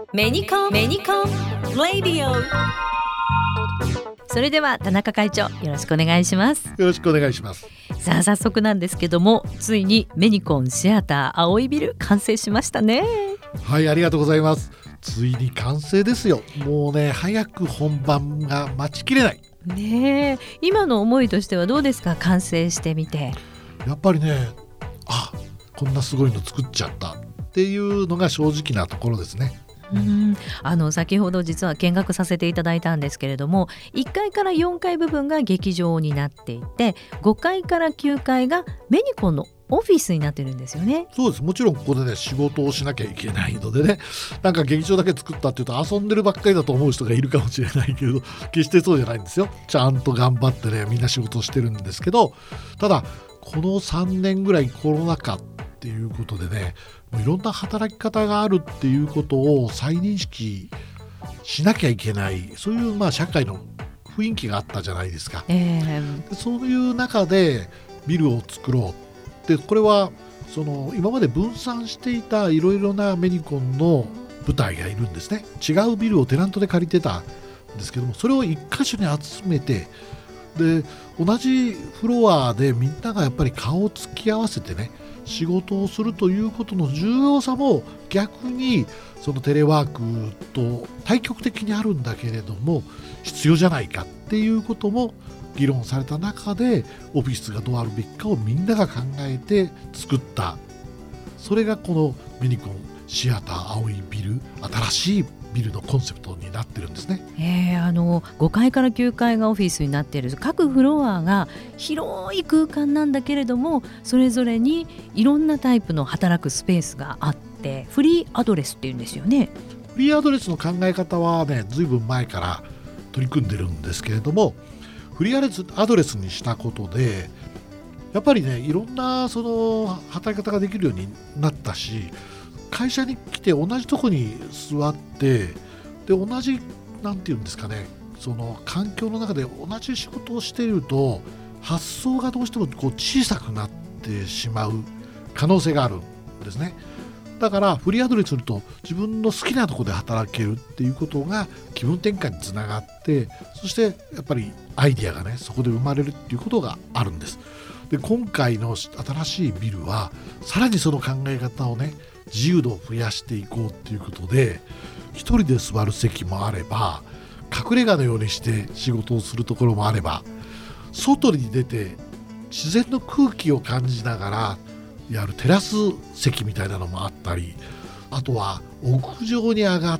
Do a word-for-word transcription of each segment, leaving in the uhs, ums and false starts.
メニコンメニコンラディオ。それでは田中会長、よろしくお願いします。 よろしくお願いします。 さあ早速なんですけども、ついにメニコンシアター青いビル完成しましたね。 はい、ありがとうございます。ついに完成ですよ。もうね、早く本番が待ちきれないねえ、今の思いとしてはどうですか？完成してみて。 やっぱりね、あ、こんなすごいの作っちゃったっていうのが正直なところですね。 うん、あの先ほど実は見学させていただいたんですけれども、いっかいからよんかい部分が劇場になっていて、ごかいからきゅうかいがメニコンのオフィスになってるんですよね。 そうです。もちろんここでね、仕事をしなきゃいけないのでね、なんか劇場だけ作ったっていうと遊んでるばっかりだと思う人がいるかもしれないけど、決してそうじゃないんですよ。ちゃんと頑張ってね、みんな仕事をしてるんですけど、ただこのさんねんぐらいコロナ禍っていうことでね、いろんな働き方があるっていうことを再認識しなきゃいけない、そういうまあ社会の雰囲気があったじゃないですか、 えー、そういう中でビルを作ろう。でこれはその今まで分散していたいろいろなメニコンの舞台がいるんですね。違うビルをテナントで借りてたんですけども、それを一箇所に集めて、で同じフロアでみんながやっぱり顔を突き合わせてね、仕事をするということの重要さも逆にそのテレワークと対極的にあるんだけれども必要じゃないかっていうことも議論された中で、オフィスがどうあるべきかをみんなが考えて作った、それがこのメニコンシアター青いビル、新しいビルのコンセプトになってるんですね。 えー、あのごかいからきゅうかいがオフィスになっている、各フロアが広い空間なんだけれども、それぞれにいろんなタイプの働くスペースがあって、フリーアドレスっていうんですよね。 フリーアドレスの考え方はね、ずいぶん前から取り組んでるんですけれども、フリーアドレスにしたことでやっぱりね、いろんなその働き方ができるようになったし、会社に来て同じとこに座って、で同じなんていうんですかね、その環境の中で同じ仕事をしていると発想がどうしてもこう小さくなってしまう可能性があるんですね。だからフリーアドレスすると自分の好きなところで働けるっていうことが気分転換につながって、そしてやっぱりアイデアがね、そこで生まれるっていうことがあるんです。で今回の新しいビルはさらにその考え方をね、自由度を増やしていこうっていうことで、一人で座る席もあれば、隠れ家のようにして仕事をするところもあれば、外に出て自然の空気を感じながらやるテラス席みたいなのもあったり、あとは屋上に上がって、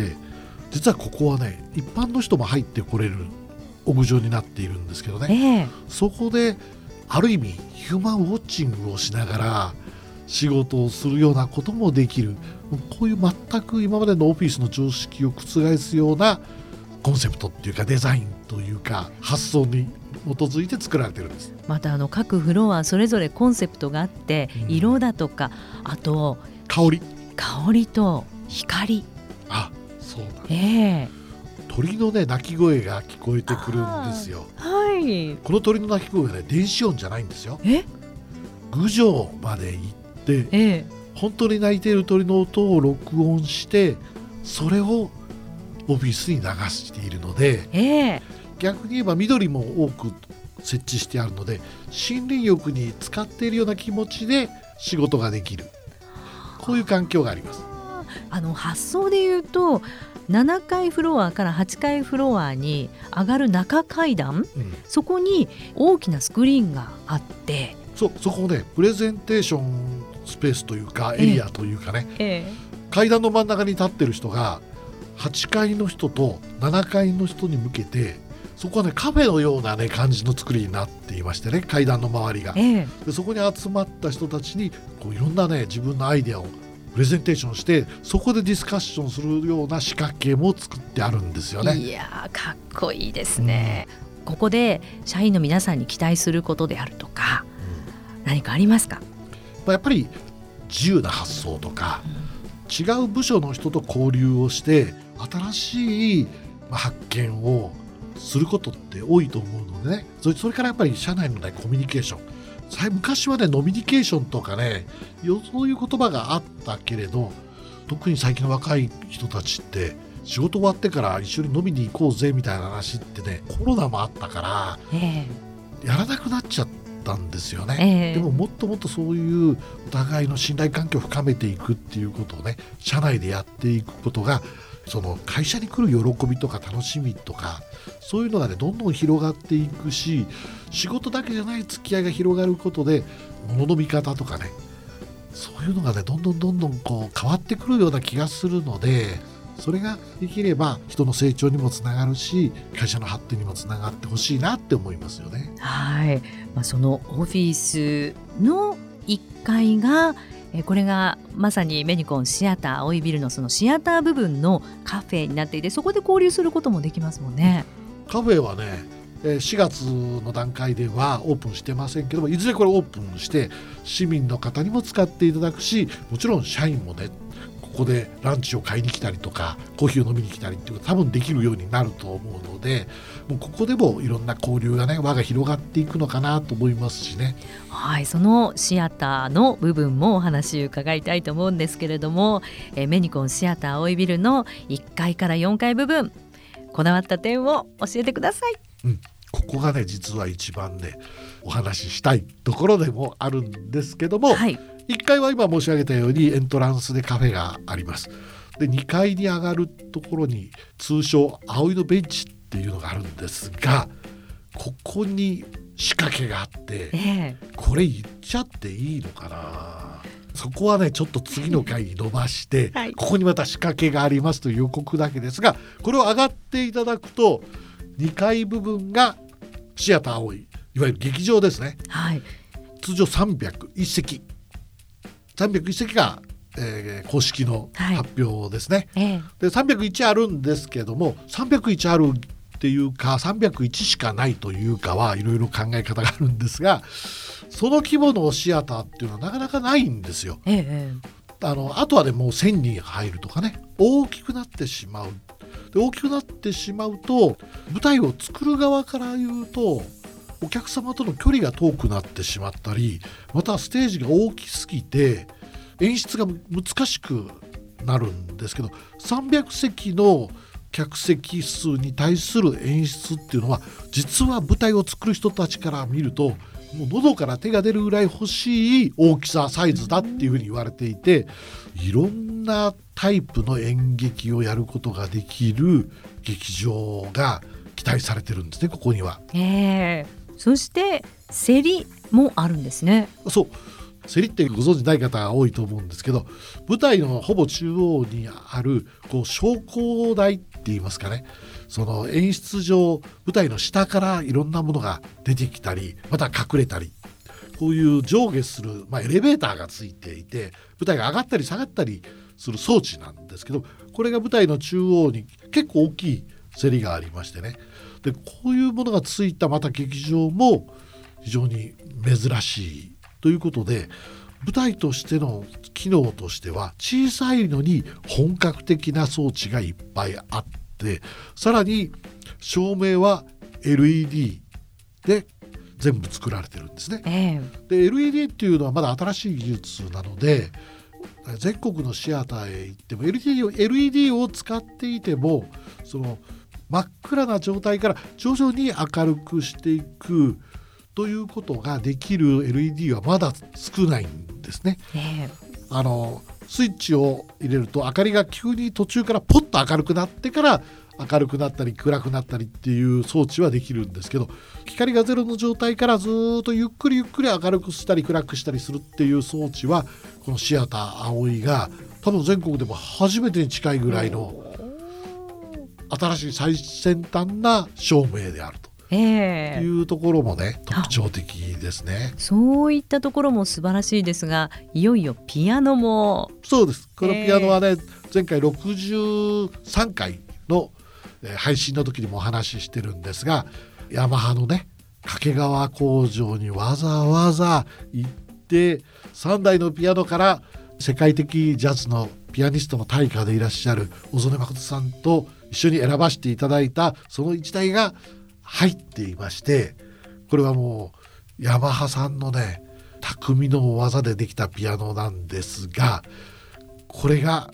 実はここはね、一般の人も入ってこれる屋上になっているんですけどね、えー、そこである意味ヒューマンウォッチングをしながら仕事をするようなこともできる、こういう全く今までのオフィスの常識を覆すようなコンセプトっていうか、デザインというか発想に基づいて作られてるんです。 またあの各フロアそれぞれコンセプトがあって、うん、色だとか、あと香り香りと光、 あ、そうだ、 えー、 鳥のね鳴き声が聞こえてくるんですよ。 はい、 この鳥の鳴き声はね、電子音じゃないんですよ。 え郡上まで行って、 えー、 本当に鳴いている鳥の音を録音して、それをオフィスに流しているので、 えー、 逆に言えば緑も多く設置してあるので、森林浴に使っているような気持ちで仕事ができる、こういう環境があります。 あの発想でいうと、ななかいフロアからはちかいフロアに上がる中階段、うん、そこに大きなスクリーンがあって、 そ, そこをね、プレゼンテーションスペースというかエリアというかね、 えええー、階段の真ん中に立ってる人がはちかいの人とななかいの人に向けて、そこはねカフェのようなね感じの作りになっていましてね、階段の周りが、 ええ、 でそこに集まった人たちにこういろんなね自分のアイデアをプレゼンテーションして、そこでディスカッションするような仕掛けも作ってあるんですよね。 いやかっこいいですね、うん、ここで社員の皆さんに期待することであるとか、うん、何かありますか？ やっぱり自由な発想とか、うん、違う部署の人と交流をして新しい発見をすることって多いと思うのでね、それ、それからやっぱり社内の、ね、コミュニケーション、昔はねノミニケーションとかね、そういう言葉があったけれど、 特に最近の若い人たちって仕事終わってから一緒に飲みに行こうぜみたいな話ってね、コロナもあったから、えー、やらなくなっちゃったんですよね、えー、でももっともっとそういうお互いの信頼関係を深めていくっていうことをね、社内でやっていくことが、その会社に来る喜びとか楽しみとか、そういうのがねどんどん広がっていくし、仕事だけじゃない付き合いが広がることで物の見方とかね、そういうのがねどんどんどんどんこう変わってくるような気がするので、それができれば人の成長にもつながるし、会社の発展にもつながってほしいなって思いますよね。 はい、まあ、そのオフィスのいっかいがえこれがまさにメニコンシアター葵ビルのそのシアター部分のカフェになっていて、そこで交流することもできますもんね。 カフェはねしがつの段階ではオープンしてませんけども、いずれこれオープンして市民の方にも使っていただくし、もちろん社員もねここでランチを買いに来たりとかコーヒーを飲みに来たりっていうこと多分できるようになると思うので、もうここでもいろんな交流がね輪が広がっていくのかなと思いますしね。 はい、そのシアターの部分もお話を伺いたいと思うんですけれども、えメニコンシアター葵ビルのいっかいからよんかい部分、こだわった点を教えてください。 うん、ここがね実は一番ねお話ししたいところでもあるんですけども、はい、いっかいは今申し上げたようにエントランスでカフェがあります。でにかいに上がるところに通称葵のベンチっていうのがあるんですが、ここに仕掛けがあって、えー、これ言っちゃっていいのかな。そこはねちょっと次の回に伸ばして、はい、ここにまた仕掛けがありますという予告だけですが、これを上がっていただくとにかい部分がシアター葵、いわゆる劇場ですね、はい、通常さんびゃくいっせきさんびゃくいっせきが、えー、公式の発表ですね、はい、えー、でさんびゃくいちあるんですけども、さんびゃくいちあるっていうかさんびゃくいちしかないというかはいろいろ考え方があるんですが、その規模のシアターっていうのはなかなかないんですよ、えー、あのあとはねもうせんにん入るとかね、大きくなってしまう。で大きくなってしまうと舞台を作る側から言うとお客様との距離が遠くなってしまったり、またステージが大きすぎて演出が難しくなるんですけど、さんびゃくせきの客席数に対する演出っていうのは実は舞台を作る人たちから見るともう喉から手が出るぐらい欲しい大きさサイズだっていうふうに言われていて、いろんなタイプの演劇をやることができる劇場が期待されてるんですね、ここには。 えー、そして競りもあるんですね。 そう、競りってご存知ない方が多いと思うんですけど、舞台のほぼ中央にあるこう昇降台って言いますかね、その演出上舞台の下からいろんなものが出てきたりまた隠れたり、こういう上下する、まあ、エレベーターがついていて舞台が上がったり下がったりする装置なんですけど、これが舞台の中央に結構大きい競りがありましてね、でこういうものがついたまた劇場も非常に珍しいということで、舞台としての機能としては小さいのに本格的な装置がいっぱいあって、さらに照明は エルイーディー で全部作られてるんですね、えー、で エルイーディー っていうのはまだ新しい技術なので、全国のシアターへ行っても エルイーディー を、エルイーディー を使っていてもその真っ暗な状態から徐々に明るくしていくということができる エルイーディー はまだ少ないんですね、えー、あのスイッチを入れると明かりが急に途中からポッと明るくなってから明るくなったり暗くなったりっていう装置はできるんですけど、光がゼロの状態からずっとゆっくりゆっくり明るくしたり暗くしたりするっていう装置はこのシアター葵が多分全国でも初めてに近いぐらいの新しい最先端な照明であるとえー、いうところもね特徴的ですね。 そういったところも素晴らしいですが、いよいよピアノも。 そうです。このピアノはね、えー、前回ろくじゅうさんかいの配信の時にもお話ししてるんですが、ヤマハのね掛川工場にわざわざ行ってさんだいのピアノから世界的ジャズのピアニストの大家でいらっしゃる小曽根誠さんと一緒に選ばせていただいたそのいちだいが入っていまして、これはもうヤマハさんのね匠の技でできたピアノなんですが、これが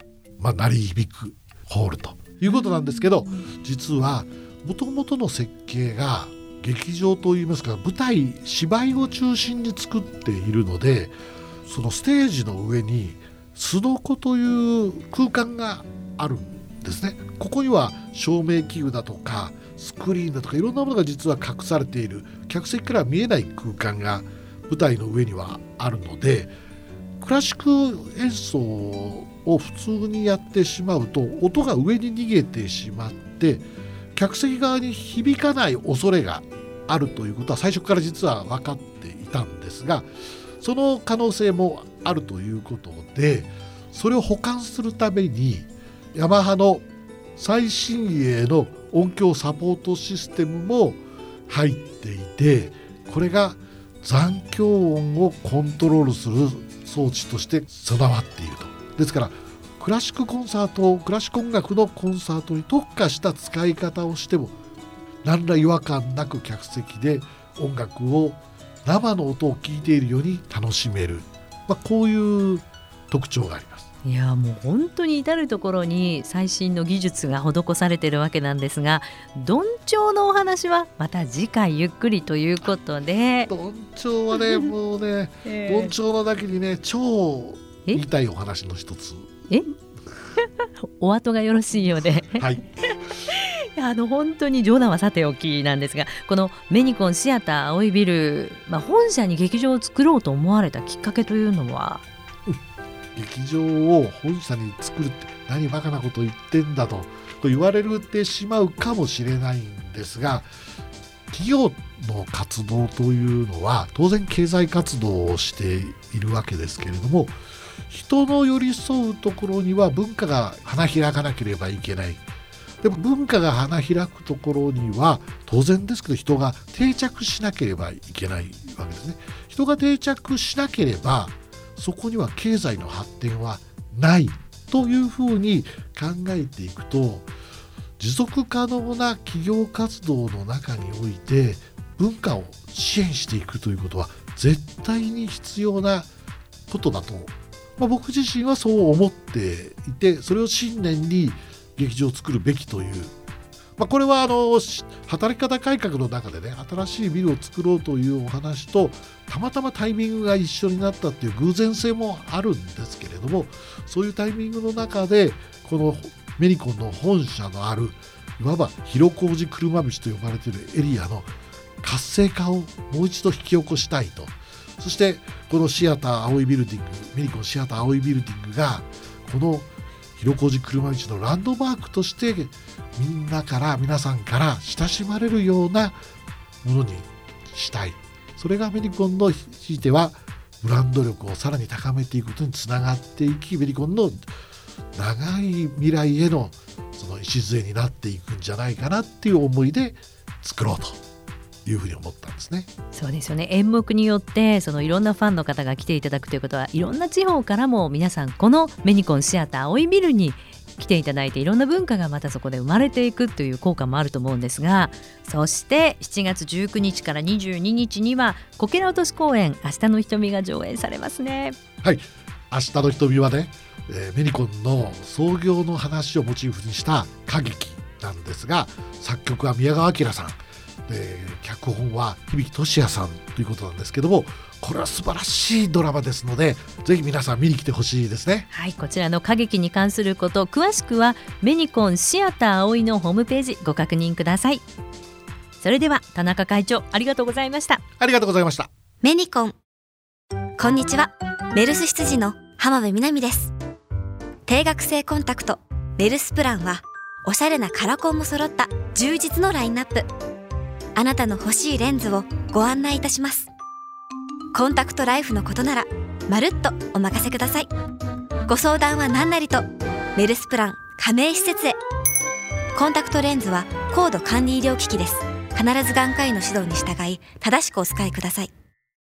まあ、鳴り響くホールということなんですけど、実はもともとの設計が劇場といいますか舞台芝居を中心に作っているので、そのステージの上にすのこという空間があるんですね。ここには照明器具だとかスクリーンだとかいろんなものが実は隠されている、客席から見えない空間が舞台の上にはあるので、クラシック演奏を普通にやってしまうと音が上に逃げてしまって客席側に響かない恐れがあるということは最初から実は分かっていたんですが、その可能性もあるということで、それを補完するためにヤマハの最新鋭の音響サポートシステムも入っていて、これが残響音をコントロールする装置として備わっていると。ですからクラシックコンサート、クラシック音楽のコンサートに特化した使い方をしても何ら違和感なく客席で音楽を生の音を聴いているように楽しめる、まあ、こういう特徴があります。 いやもう本当に至るところに最新の技術が施されているわけなんですが、どんちょうのお話はまた次回ゆっくりということで。 どんちょうはねもうね、えー、どんちょうのだけにね超言いたいお話の一つ。 えお後がよろしいようではいあの本当に冗談はさておきなんですが、このメニコンシアター青いビル、まあ、本社に劇場を作ろうと思われたきっかけというのは、 劇場を本社に作るって何バカなこと言ってんだとと言われてしまうかもしれないんですが、企業の活動というのは当然経済活動をしているわけですけれども、人の寄り添うところには文化が花開かなければいけない。でも文化が花開くところには当然ですけど人が定着しなければいけないわけですね。人が定着しなければそこには経済の発展はないというふうに考えていくと、持続可能な企業活動の中において文化を支援していくということは絶対に必要なことだと、まあ、僕自身はそう思っていて、それを信念に劇場を作るべきという、まあ、これはあの働き方改革の中でね、新しいビルを作ろうというお話とたまたまタイミングが一緒になったっていう偶然性もあるんですけれども、そういうタイミングの中でこのメニコンの本社のあるいわば広小路車道と呼ばれているエリアの活性化をもう一度引き起こしたいと。そしてこのシアター青いビルディング、メニコンシアター青いビルディングがこの広小路車道のランドマークとしてみんなから皆さんから親しまれるようなものにしたい。それがメニコンのひいてはブランド力をさらに高めていくことにつながっていき、メニコンの長い未来へのその礎になっていくんじゃないかなっていう思いで作ろうというふうに思ったんですね。 そうですよね。演目によってそのいろんなファンの方が来ていただくということは、いろんな地方からも皆さんこのメニコンシアター青いビルに来ていただいて、いろんな文化がまたそこで生まれていくという効果もあると思うんですが、そしてしちがつじゅうくにちからにじゅうににちにはこけら落とし公演明日の瞳が上演されますね。 はい、明日の瞳はね、えー、メニコンの創業の話をモチーフにした歌劇なんですが、作曲は宮川明さんで、脚本は響俊也さんということなんですけども、これは素晴らしいドラマですので、ぜひ皆さん見に来てほしいですね。 はい、こちらの歌劇に関すること詳しくはメニコンシアター青いのホームページご確認ください。それでは田中会長、ありがとうございました。 ありがとうございました。 メニコン、こんにちは。メルス羊の浜辺美波です。定額制コンタクトメルスプランはおしゃれなカラコンも揃った充実のラインナップ。あなたの欲しいレンズをご案内いたします。コンタクトライフのことならまるっとお任せください。ご相談は何なりとメルスプラン加盟施設へ。コンタクトレンズは高度管理医療機器です。必ず眼科医の指導に従い正しくお使いください。